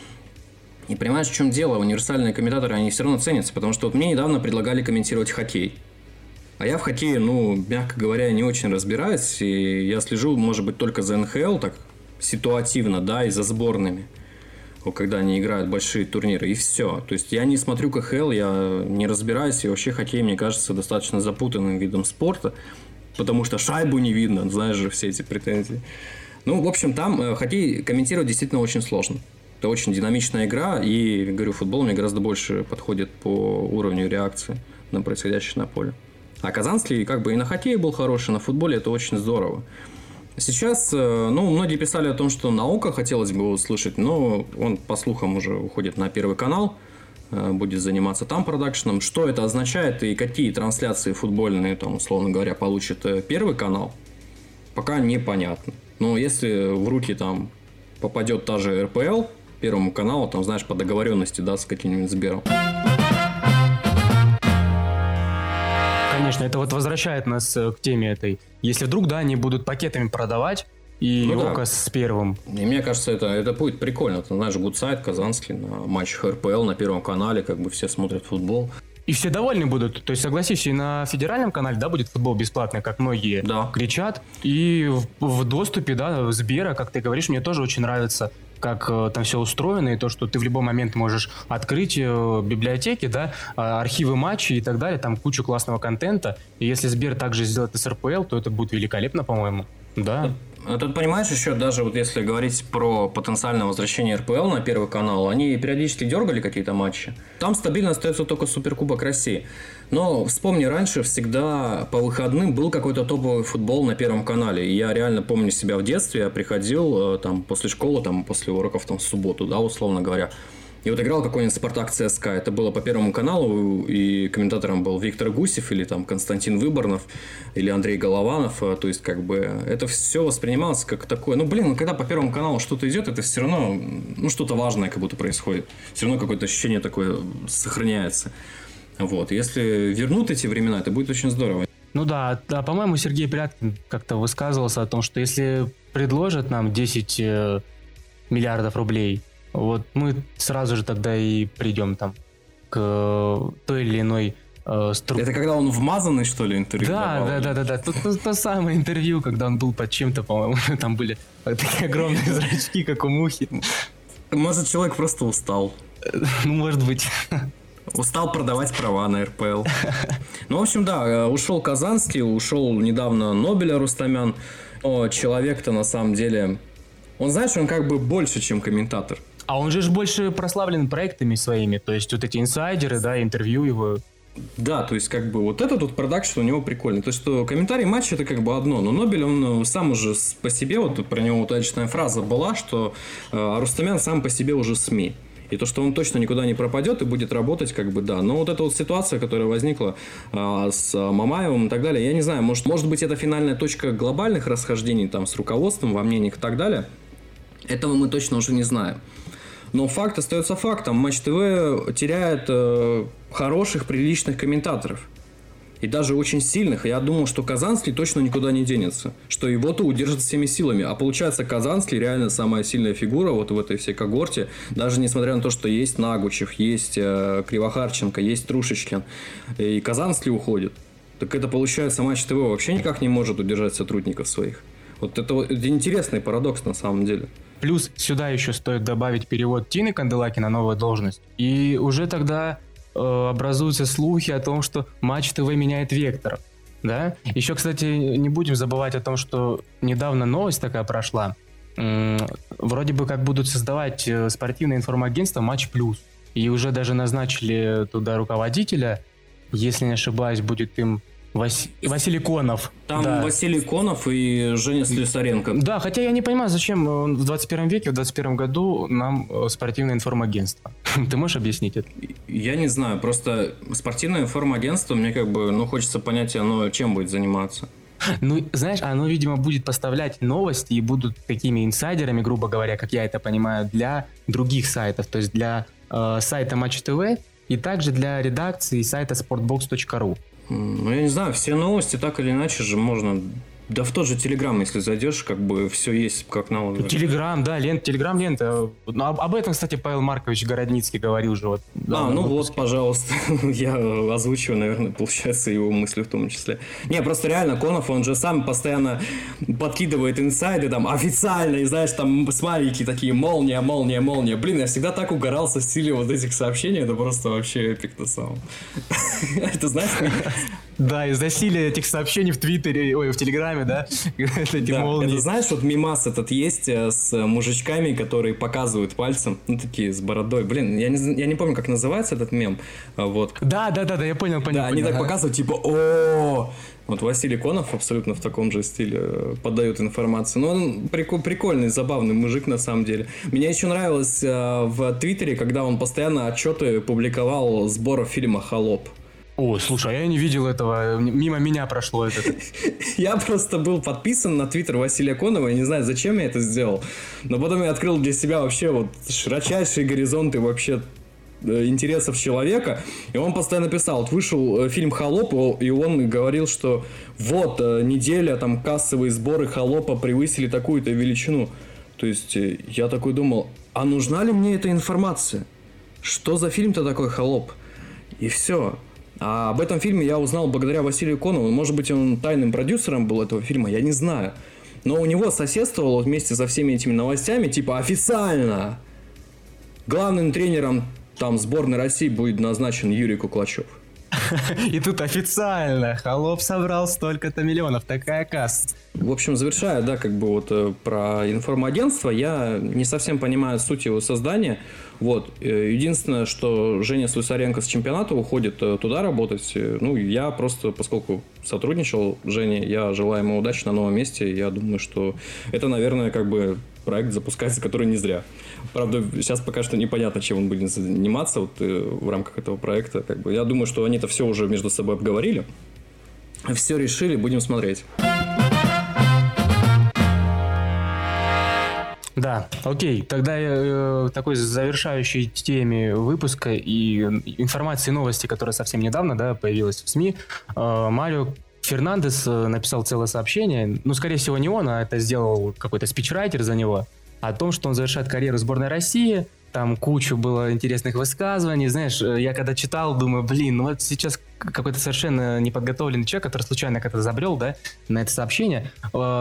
И понимаешь, в чем дело? Универсальные комментаторы, они все равно ценятся, потому что вот мне недавно предлагали комментировать хоккей. А я в хоккее, ну, мягко говоря, не очень разбираюсь, и я слежу, может быть, только за НХЛ, так ситуативно, да, и за сборными. когда они играют большие турниры, и все. То есть я не смотрю КХЛ, я не разбираюсь, и вообще хоккей, мне кажется, достаточно запутанным видом спорта, потому что шайбу не видно, знаешь же, все эти претензии. Ну, в общем, там хоккей комментировать действительно очень сложно. Это очень динамичная игра, и, говорю, футбол мне гораздо больше подходит по уровню реакции на происходящее на поле. А Казанский как бы и на хоккее был хороший, на футболе это очень здорово. Сейчас, многие писали о том, что Наука хотелось бы услышать, но он, по слухам, уже уходит на Первый канал, будет заниматься там продакшеном. Что это означает и какие трансляции футбольные, там, условно говоря, получит Первый канал, пока непонятно. Но если в руки там попадет та же РПЛ, Первому каналу, там, знаешь, по договоренности, да, с каким-нибудь Сбером. Конечно, это вот возвращает нас к теме этой. Если вдруг, да, они будут пакетами продавать, и ОКО с Первым. И мне кажется, это будет прикольно. Ты знаешь, Гудсайд, Казанский на матчах РПЛ на Первом канале, как бы все смотрят футбол. И все довольны будут. То есть, согласись, и на федеральном канале, да, будет футбол бесплатный, как многие кричат. И в доступе, да, Сбера, как ты говоришь, мне тоже очень нравится, как там все устроено, и то, что ты в любой момент можешь открыть библиотеки, да, архивы матчей и так далее, там кучу классного контента. И если Сбер также сделает с РПЛ, то это будет великолепно, по-моему. Да. Тут, понимаешь, еще даже вот если говорить про потенциальное возвращение РПЛ на Первый канал, они периодически дергали какие-то матчи. Там стабильно остается только Суперкубок России. Но вспомни, раньше всегда по выходным был какой-то топовый футбол на Первом канале. И я реально помню себя в детстве, я приходил там после школы, там после уроков там в субботу, да, условно говоря. И вот играл какой-нибудь Спартак ЦСКА. Это было по Первому каналу, и комментатором был Виктор Гусев, или там Константин Выборнов, или Андрей Голованов. То есть, как бы, это все воспринималось как такое. Когда по Первому каналу что-то идет, это все равно, что-то важное как будто происходит. Все равно какое-то ощущение такое сохраняется. Вот. Если вернут эти времена, это будет очень здорово. Ну да, по-моему, Сергей Пряткин как-то высказывался о том, что если предложат нам 10 миллиардов рублей, вот мы сразу же тогда и придем там к той или иной структуре. Это когда он вмазанный, что ли, интервью давал? Да. То самое интервью, когда он был под чем-то, по-моему, там были такие огромные зрачки, как у мухи. Может, человек просто устал. Ну, может быть. Устал продавать права на РПЛ. Ну, в общем, да, ушел Казанский, ушел недавно Нобеля Рустамян. Но человек-то на самом деле... Он, знаешь, он как бы больше, чем комментатор. А он же больше прославлен проектами своими. То есть, вот эти инсайдеры, да, интервью его... Да, то есть, как бы, вот этот вот продакшн у него прикольный. То есть, что комментарий матча это как бы одно. Но Нобель, он сам уже по себе, вот про него удачная фраза была, что Рустамян сам по себе уже СМИ. И то, что он точно никуда не пропадет и будет работать, как бы, да. Но вот эта вот ситуация, которая возникла с Мамаевым и так далее, я не знаю, может быть, это финальная точка глобальных расхождений там с руководством, во мнениях и так далее. Этого мы точно уже не знаем. Но факт остается фактом. Матч ТВ теряет хороших, приличных комментаторов. И даже очень сильных. Я думал, что Казанский точно никуда не денется. Что его-то удержат всеми силами. А получается, Казанский реально самая сильная фигура вот в этой всей когорте. Даже несмотря на то, что есть Нагучев, есть Кривохарченко, есть Трушечкин. И Казанский уходит. Так это получается, Матч ТВ вообще никак не может удержать сотрудников своих. Вот это интересный парадокс на самом деле. Плюс сюда еще стоит добавить перевод Тины Канделаки на новую должность. И уже тогда образуются слухи о том, что Матч ТВ меняет вектор. Да? Еще, кстати, не будем забывать о том, что недавно новость такая прошла. Вроде бы как будут создавать спортивное информагентство Матч Плюс. И уже даже назначили туда руководителя. Если не ошибаюсь, будет им Василий Конов. Там да. Василий Конов и Женя Слесаренко. Да, хотя я не понимаю, зачем в 21 веке, в 21 году нам спортивное информагентство. Ты можешь объяснить это? Я не знаю, просто спортивное информагентство, мне как бы, хочется понять, оно чем будет заниматься. Знаешь, оно, видимо, будет поставлять новости и будут такими инсайдерами, грубо говоря, как я это понимаю, для других сайтов. То есть для сайта Матч ТВ и также для редакции сайта sportbox.ru. Я не знаю, все новости так или иначе же можно Да в тот же Телеграм, если зайдешь, как бы все есть как на... Телеграм, да, Телеграм-лента. Ну, об этом, кстати, Павел Маркович Городницкий говорил же. Вот, да, ну вот, пожалуйста, я озвучиваю, наверное, получается, его мысли в том числе. Не, просто реально Конов, он же сам постоянно подкидывает инсайды, там, официально, и знаешь, там, смайлики такие, молния. Блин, я всегда так угорал со стилем вот этих сообщений, это просто вообще эпик на самом. Это знаешь... Да, из-за силы этих сообщений в Твиттере, в Телеграме, да? Эти молнии. Это знаешь, вот мимас этот есть с мужичками, которые показывают пальцем, ну такие с бородой. Блин, я не помню, как называется этот мем. Вот. Да, я понял. Да, они так показывают, типа, о. Вот Василий Конов абсолютно в таком же стиле подает информацию. Но он прикольный, забавный мужик на самом деле. Мне еще нравилось в Твиттере, когда он постоянно отчеты публиковал сборов фильма «Холоп». О, слушай, а я не видел этого, мимо меня прошло это. Я просто был подписан на твиттер Василия Конова, я не знаю, зачем я это сделал, но потом я открыл для себя вообще вот широчайшие горизонты вообще интересов человека, и он постоянно писал, вот вышел фильм «Холоп», и он говорил, что вот, неделя, там, кассовые сборы «Холопа» превысили такую-то величину. То есть, я такой думал, а нужна ли мне эта информация? Что за фильм-то такой «Холоп»? И все. А об этом фильме я узнал благодаря Василию Конову. Может быть, он тайным продюсером был этого фильма, я не знаю. Но у него соседствовало вместе со всеми этими новостями, типа официально. Главным тренером там сборной России будет назначен Юрий Куклачев. И тут официально «Холоп» собрал столько-то миллионов, такая касса. В общем, завершая, да, как бы вот про информагентство, я не совсем понимаю суть его создания. Вот. Единственное, что Женя Слюсаренко с чемпионата уходит туда работать. Ну, я просто, поскольку сотрудничал с Женей, я желаю ему удачи на новом месте. Я думаю, что это, наверное, как бы проект запускается, который не зря. Правда, сейчас пока что непонятно, чем он будет заниматься вот, в рамках этого проекта. Как бы. Я думаю, что они-то все уже между собой обговорили. Все решили, будем смотреть. Да, окей, тогда такой завершающей теме выпуска и информации, новости, которая совсем недавно, да, появилась в СМИ. Марио Фернандес написал целое сообщение, ну, скорее всего, не он, а это сделал какой-то спичрайтер за него, о том, что он завершает карьеру в сборной России. Там кучу было интересных высказываний. Знаешь, я когда читал, думаю, ну вот сейчас какой-то совершенно неподготовленный человек, который случайно как-то забрел, да, на это сообщение,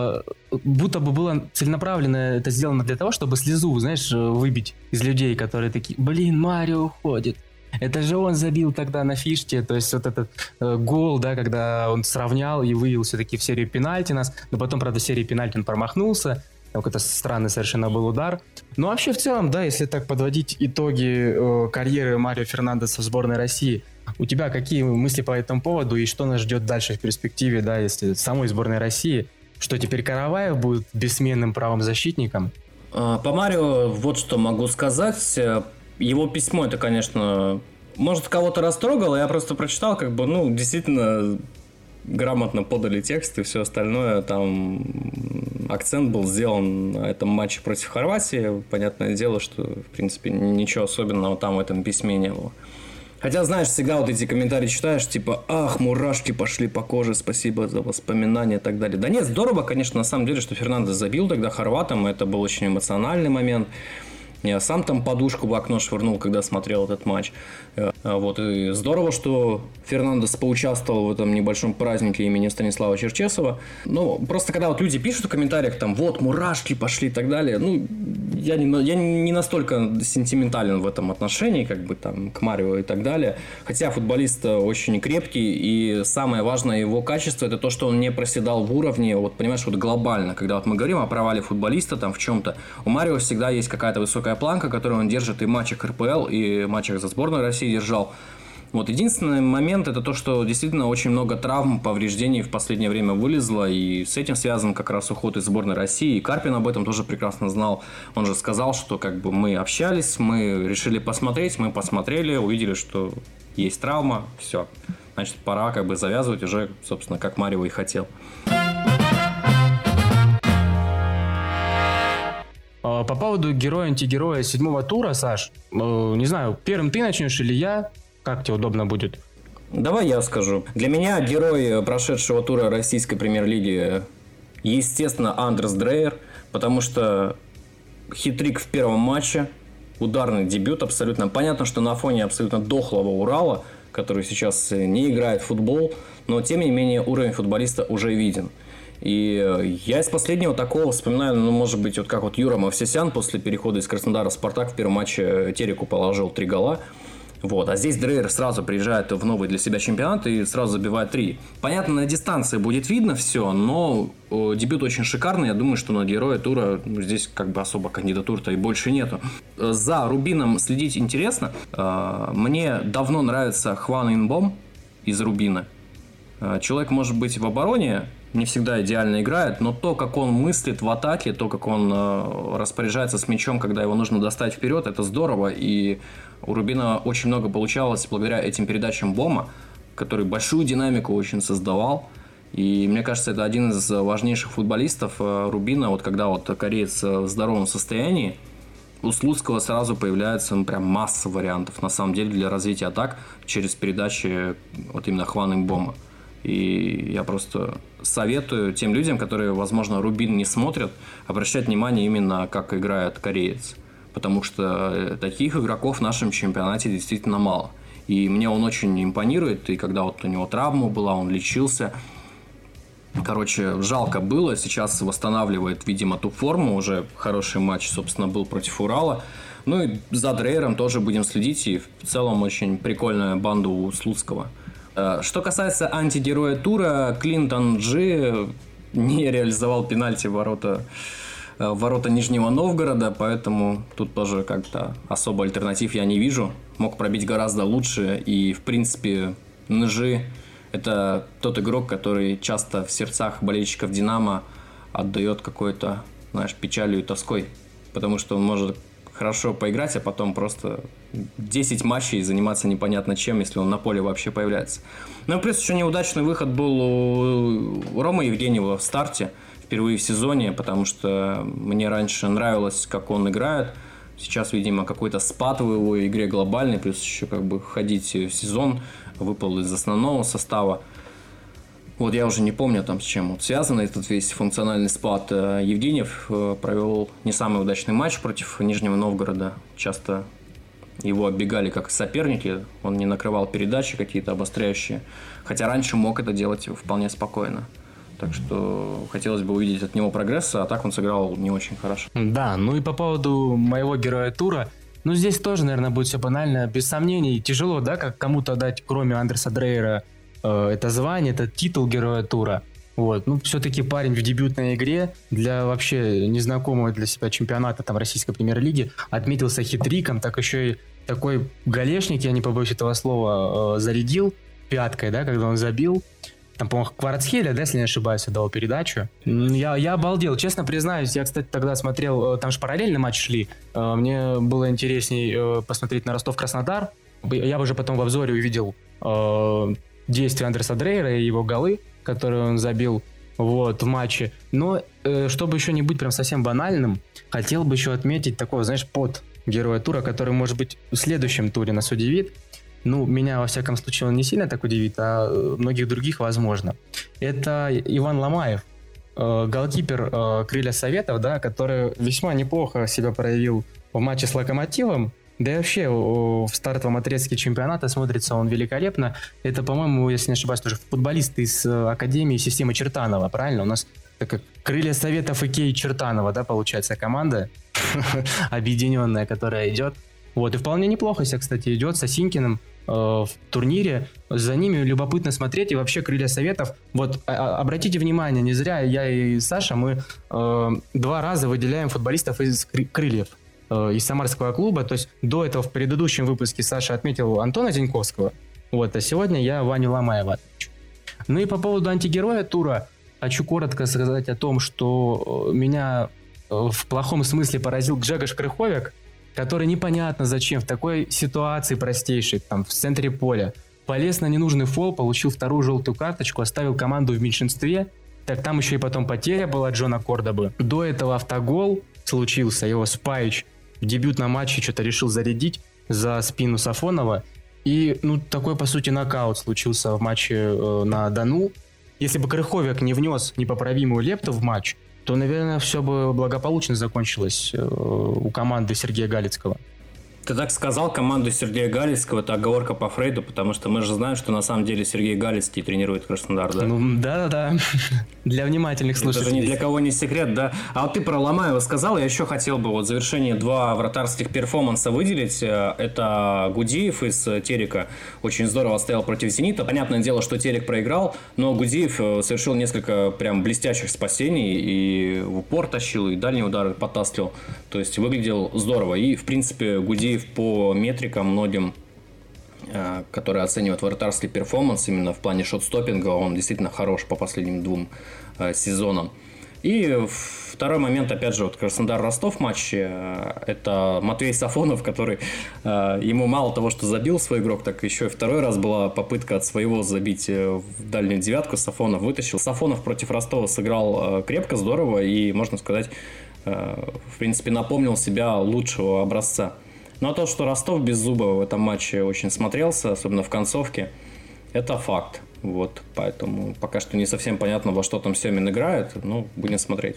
будто бы было целенаправленно это сделано для того, чтобы слезу, знаешь, выбить из людей, которые такие, Марио уходит. Это же он забил тогда на Фиште, то есть вот этот гол, да, когда он сравнял и вывел все-таки в серию пенальти нас, но потом, правда, в серии пенальти он промахнулся. Какой-то странный совершенно был удар. Но вообще в целом, да, если так подводить итоги карьеры Марио Фернандеса в сборной России, у тебя какие мысли по этому поводу и что нас ждет дальше в перспективе, да, если самой сборной России, что теперь Караваев будет бессменным правым защитником? По Марио вот что могу сказать. Его письмо, это, конечно, может, кого-то растрогало, я просто прочитал, как бы, ну, действительно грамотно подали текст и все остальное. Там акцент был сделан на этом матче против Хорватии. Понятное дело, что, в принципе, ничего особенного там в этом письме не было. Хотя, знаешь, всегда вот эти комментарии читаешь, типа, ах, мурашки пошли по коже, спасибо за воспоминания и так далее. Да нет, здорово, конечно, на самом деле, что Фернандес забил тогда хорватам, это был очень эмоциональный момент. Я сам там подушку в окно швырнул, когда смотрел этот матч. Вот. И здорово, что Фернандес поучаствовал в этом небольшом празднике имени Станислава Черчесова. Ну, просто когда вот люди пишут в комментариях, там, вот, мурашки пошли и так далее, ну, я не настолько сентиментален в этом отношении, как бы там, к Марио и так далее. Хотя футболист очень крепкий, и самое важное его качество, это то, что он не проседал в уровне, вот, понимаешь, вот глобально. Когда вот мы говорим о провале футболиста там в чем-то, у Марио всегда есть какая-то высокая планка, которую он держит и в матчах РПЛ, и в матчах за сборную России держал. Вот единственный момент это то, что действительно очень много травм, повреждений в последнее время вылезло, и с этим связан как раз уход из сборной России. И Карпин об этом тоже прекрасно знал. Он же сказал, что как бы мы общались, мы решили посмотреть, мы посмотрели, увидели, что есть травма, все. Значит, пора как бы завязывать уже, собственно, как Марио и хотел. По поводу героя-антигероя 7-го тура, Саш, не знаю, первым ты начнешь или я? Как тебе удобно будет? Давай я скажу. Для меня герой прошедшего тура российской премьер-лиги естественно, Андерс Дрейер, потому что хитрик в первом матче, ударный дебют абсолютно. Понятно, что на фоне абсолютно дохлого Урала, который сейчас не играет в футбол, но тем не менее уровень футболиста уже виден. И я из последнего такого вспоминаю, может быть, вот как вот Юра Мовсесян после перехода из Краснодара в Спартак в первом матче Тереку положил 3 гола. Вот. А здесь Дрейер сразу приезжает в новый для себя чемпионат и сразу забивает 3. Понятно, на дистанции будет видно все, но дебют очень шикарный. Я думаю, что на героя тура здесь как бы особо кандидатур-то и больше нету. За Рубином следить интересно. Мне давно нравится Хван Инбом из Рубина. Человек может быть в обороне, не всегда идеально играет, но то, как он мыслит в атаке, то, как он распоряжается с мячом, когда его нужно достать вперед, это здорово. И у Рубина очень много получалось благодаря этим передачам Бома, который большую динамику очень создавал. И мне кажется, это один из важнейших футболистов Рубина. Вот когда вот кореец в здоровом состоянии, у Слуцкого сразу появляется прям масса вариантов, на самом деле, для развития атак через передачи вот именно Хван Инбома. И я просто советую тем людям, которые, возможно, Рубин не смотрят, обращать внимание именно, как играет кореец. Потому что таких игроков в нашем чемпионате действительно мало. И мне он очень импонирует. И когда вот у него травма была, он лечился. Короче, жалко было. Сейчас восстанавливает, видимо, ту форму. Уже хороший матч, собственно, был против Урала. Ну и за Дрейером тоже будем следить. И в целом очень прикольная банда у Слуцкого. Что касается антигероя тура, Клинтон Джи не реализовал пенальти в ворота Нижнего Новгорода, поэтому тут тоже как-то особо альтернатив я не вижу. Мог пробить гораздо лучше, и в принципе Нжи – это тот игрок, который часто в сердцах болельщиков Динамо отдает какой-то, знаешь, печалью и тоской, потому что он может хорошо поиграть, а потом просто 10 матчей заниматься непонятно чем, если он на поле вообще появляется. Ну и плюс еще неудачный выход был у Ромы Евгеньева в старте, впервые в сезоне, потому что мне раньше нравилось, как он играет. Сейчас, видимо, какой-то спад в его игре глобальный, плюс еще как бы ходить в сезон, выпал из основного состава. Вот я уже не помню, там, с чем вот связан этот весь функциональный спад. Евгеньев провел не самый удачный матч против Нижнего Новгорода. Часто его оббегали как соперники, он не накрывал передачи какие-то обостряющие. Хотя раньше мог это делать вполне спокойно. Так что хотелось бы увидеть от него прогресса, а так он сыграл не очень хорошо. Да, ну и по поводу моего героя тура. Ну здесь тоже, наверное, будет все банально. Без сомнений, тяжело, да, как кому-то дать, кроме Андерса Дрейера, это звание, это титул героя тура. Вот. Ну, все-таки парень в дебютной игре для вообще незнакомого для себя чемпионата там, российской премьер-лиги отметился хитриком, так еще и такой голешник, я не побоюсь этого слова, зарядил пяткой, да, когда он забил. Там, по-моему, Кварцхеля, да, если не ошибаюсь, отдал передачу. Я обалдел, честно признаюсь. Я, кстати, тогда смотрел, там же параллельно матч шли. Мне было интересней посмотреть на Ростов-Краснодар. Я уже потом в обзоре увидел действия Андерса Дрейера и его голы, которые он забил вот, в матче. Но, чтобы еще не быть прям совсем банальным, хотел бы еще отметить такого, знаешь, под героя тура, который, может быть, в следующем туре нас удивит. Ну, меня, во всяком случае, он не сильно так удивит, а многих других, возможно. Это Иван Ломаев, голкипер Крылья Советов, да, который весьма неплохо себя проявил в матче с Локомотивом. Да и вообще в стартовом отрезке чемпионата смотрится он великолепно. Это, по-моему, если не ошибаюсь, тоже футболист из Академии системы Чертанова, правильно? У нас так, Крылья Советов и Кей Чертанова, да, получается, команда объединенная, которая идет. Вот, и вполне неплохо себя, кстати, идет с Осинкиным в турнире. За ними любопытно смотреть. И вообще Крылья Советов, вот обратите внимание, не зря я и Саша, мы 2 раза выделяем футболистов из Крыльев, из Самарского клуба. То есть до этого в предыдущем выпуске Саша отметил Антона Зиньковского, вот, а сегодня я Ваню Ломаева отмечу. Ну и по поводу антигероя тура хочу коротко сказать о том, что меня в плохом смысле поразил Гжегош Крыховик, который непонятно зачем в такой ситуации простейшей, там, в центре поля, полез на ненужный фол, получил 2-ю желтую карточку, оставил команду в меньшинстве. Так там еще и потом потеря была Джона Кордобы. До этого автогол случился, его Спайч в дебютном матче что-то решил зарядить за спину Сафонова. И, ну, такой, по сути, нокаут случился в матче на Дону. если бы Крыховик не внес непоправимую лепту в матч, то, наверное, все бы благополучно закончилось у команды Сергея Галицкого. Ты так сказал, команду Сергея Галицкого, это оговорка по Фрейду, потому что мы же знаем, что на самом деле Сергей Галицкий тренирует Краснодар, да? Ну, да. Для внимательных слушателей. Это же ни для кого не секрет, да? А вот ты про Ломаева сказал, я еще хотел бы вот в завершении 2 вратарских перформанса выделить. Это Гудиев из Терека очень здорово отстоял против Зенита. Понятное дело, что Терек проиграл, но Гудиев совершил несколько прям блестящих спасений и в упор тащил, и дальние удары подтаскивал. То есть выглядел здорово. И, в принципе, Гудиев по метрикам многим, которые оценивают вратарский перформанс именно в плане шот-стоппинга, он действительно хорош по последним 2 сезонам. И второй момент, опять же, вот Краснодар-Ростов матч, это Матвей Сафонов, который ему мало того, что забил свой игрок, так еще и второй раз была попытка от своего забить в дальнюю девятку, Сафонов вытащил. Сафонов против Ростова сыграл крепко, здорово и, можно сказать, в принципе, напомнил себя лучшего образца. Но то, что Ростов без зуба в этом матче очень смотрелся, особенно в концовке, это факт. Вот, поэтому пока что не совсем понятно, во что там Семин играет, но будем смотреть.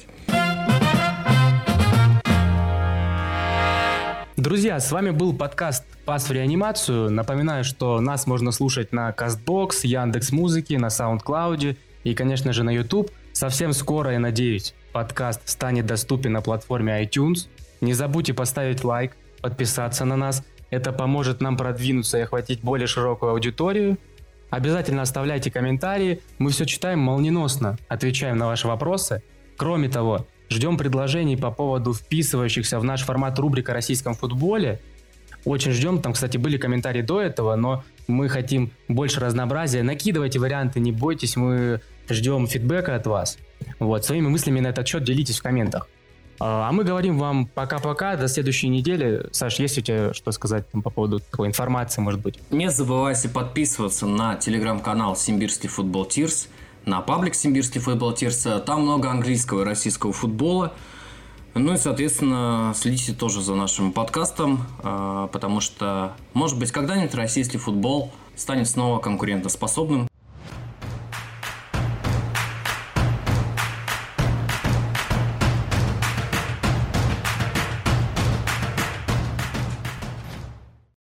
Друзья, с вами был подкаст «Пас в реанимацию». Напоминаю, что нас можно слушать на Castbox, Яндекс.Музыке, на SoundCloud и, конечно же, на YouTube. Совсем скоро, я надеюсь, подкаст станет доступен на платформе iTunes. Не забудьте поставить лайк, подписаться на нас. Это поможет нам продвинуться и охватить более широкую аудиторию. Обязательно оставляйте комментарии. Мы все читаем молниеносно, отвечаем на ваши вопросы. Кроме того, ждем предложений по поводу вписывающихся в наш формат рубрик о российском футболе. Очень ждем. Там, кстати, были комментарии до этого, но мы хотим больше разнообразия. Накидывайте варианты, не бойтесь, мы ждем фидбэка от вас. Вот, своими мыслями на этот счет делитесь в комментах. А мы говорим вам пока-пока, до следующей недели. Саш, есть у тебя что сказать по поводу такой информации, может быть? Не забывайте подписываться на телеграм-канал Симбирский футбол Тирс, на паблик Симбирский футбол Тирс. Там много английского и российского футбола. Ну и, соответственно, следите тоже за нашим подкастом, потому что, может быть, когда-нибудь российский футбол станет снова конкурентоспособным.